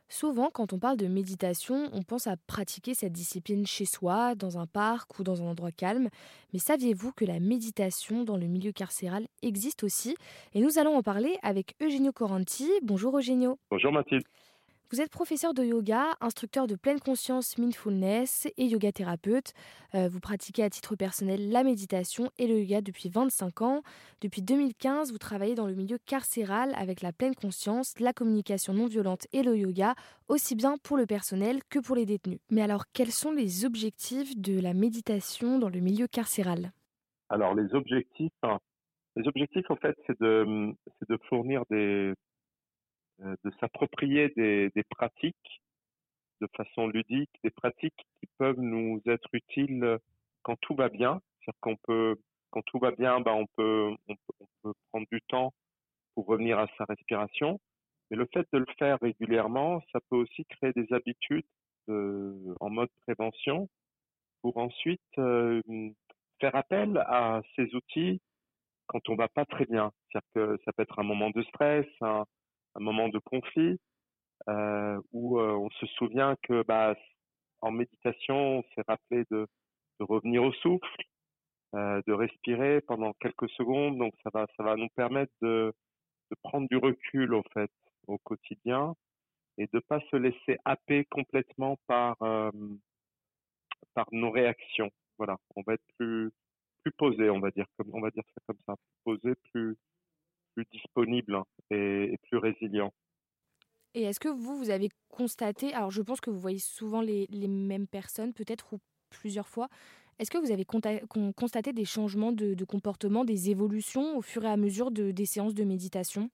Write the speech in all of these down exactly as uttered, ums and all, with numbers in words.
Souvent, quand on parle de méditation, on pense à pratiquer cette discipline chez soi, dans un parc ou dans un endroit calme. Mais saviez-vous que la méditation dans le milieu carcéral existe aussi? Et nous allons en parler avec Eugenio Coranti. Bonjour Eugenio. Bonjour Mathilde. Vous êtes professeur de yoga, instructeur de pleine conscience mindfulness et yoga thérapeute. Euh, vous pratiquez à titre personnel la méditation et le yoga depuis vingt-cinq ans. Depuis deux mille quinze, vous travaillez dans le milieu carcéral avec la pleine conscience, la communication non violente et le yoga, aussi bien pour le personnel que pour les détenus. Mais alors, quels sont les objectifs de la méditation dans le milieu carcéral? Alors les objectifs, hein, les objectifs en fait, c'est de, c'est de fournir des, euh, de s'approprier des, des pratiques de façon ludique, des pratiques qui peuvent nous être utiles quand tout va bien. C'est-à-dire qu'on peut, quand tout va bien, ben on peut, on peut, on peut prendre du temps pour revenir à sa respiration. Mais le fait de le faire régulièrement, ça peut aussi créer des habitudes euh, en mode prévention pour ensuite euh, faire appel à ces outils quand on va pas très bien. C'est-à-dire que ça peut être un moment de stress, un, un moment de conflit, euh, où euh, on se souvient que bah, en méditation, on s'est rappelé de, de revenir au souffle, euh, de respirer pendant quelques secondes. Donc ça va, ça va nous permettre de, de prendre du recul au fait au quotidien et de pas se laisser happer complètement par euh, par nos réactions. Voilà, on va être plus plus posé, on va dire comme on va dire ça comme ça, plus posé, plus plus disponible, hein, et, et plus résilient. Et est-ce que vous, vous avez constaté, alors je pense que vous voyez souvent les, les mêmes personnes peut-être ou plusieurs fois, est-ce que vous avez conta- con- constaté des changements de, de comportement, des évolutions au fur et à mesure de, des séances de méditation?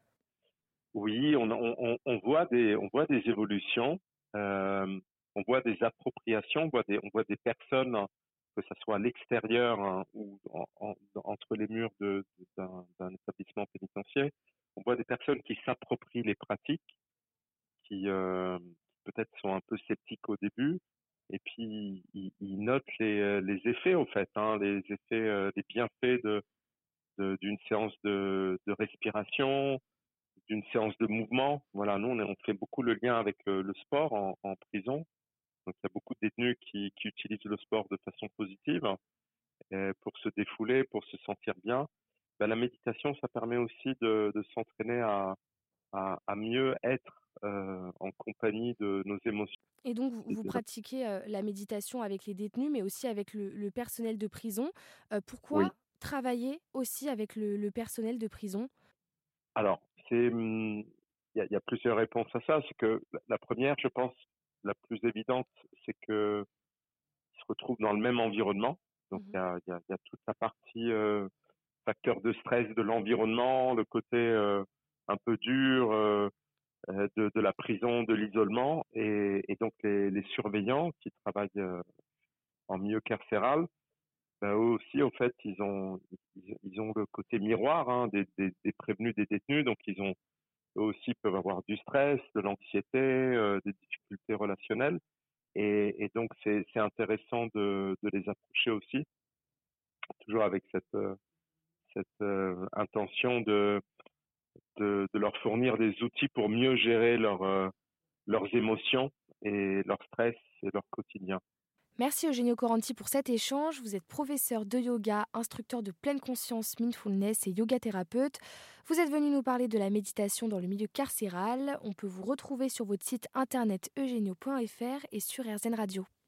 Oui, on, on, on on voit des on voit des évolutions, euh, on voit des appropriations, on voit des on voit des personnes, hein, que ça soit à l'extérieur, hein, ou en, en- entre les murs de d'un d'un établissement pénitentiaire, on voit des personnes qui s'approprient les pratiques, qui euh, peut-être sont un peu sceptiques au début, et puis ils, ils notent les, euh, les effets au fait, hein, les effets, euh, les bienfaits de, de- d'une séance de, de respiration, d'une séance de mouvement. Voilà, nous on, est- on fait beaucoup le lien avec le, le sport en, en prison. Donc il y a beaucoup de détenus qui, qui utilisent le sport de façon positive, euh, pour se défouler, pour se sentir bien. Ben, la méditation, ça permet aussi de, de s'entraîner à, à, à mieux être euh, en compagnie de nos émotions. Et donc, vous, vous pratiquez euh, la méditation avec les détenus, mais aussi avec le, le personnel de prison. Euh, Oui. pourquoi travailler aussi avec le, le personnel de prison? Alors, c'est, hum, il y a, il y a plusieurs réponses à ça. C'est que la la première, je pense, la plus évidente, c'est que ils se retrouvent dans le même environnement. Donc, il y Mhm. a, il y a, il y a toute la partie euh, facteur de stress de l'environnement, le côté euh, un peu dur euh, euh, de, de la prison, de l'isolement, et, et donc les, les surveillants qui travaillent euh, en milieu carcéral, ben, eux aussi, au fait, ils ont ils, ils ont le côté miroir, hein, des, des, des prévenus, des détenus, donc ils ont eux aussi peuvent avoir du stress, de l'anxiété, euh, des difficultés relationnelles. Et, et donc, c'est, c'est intéressant de, de les approcher aussi, toujours avec cette, euh, cette euh, intention de, de, de leur fournir des outils pour mieux gérer leur, euh, leurs émotions et leur stress et leur quotidien. Merci Eugenio Coranti pour cet échange. Vous êtes professeur de yoga, instructeur de pleine conscience mindfulness et yoga thérapeute. Vous êtes venu nous parler de la méditation dans le milieu carcéral. On peut vous retrouver sur votre site internet eugenio point f r et sur R Z N Radio.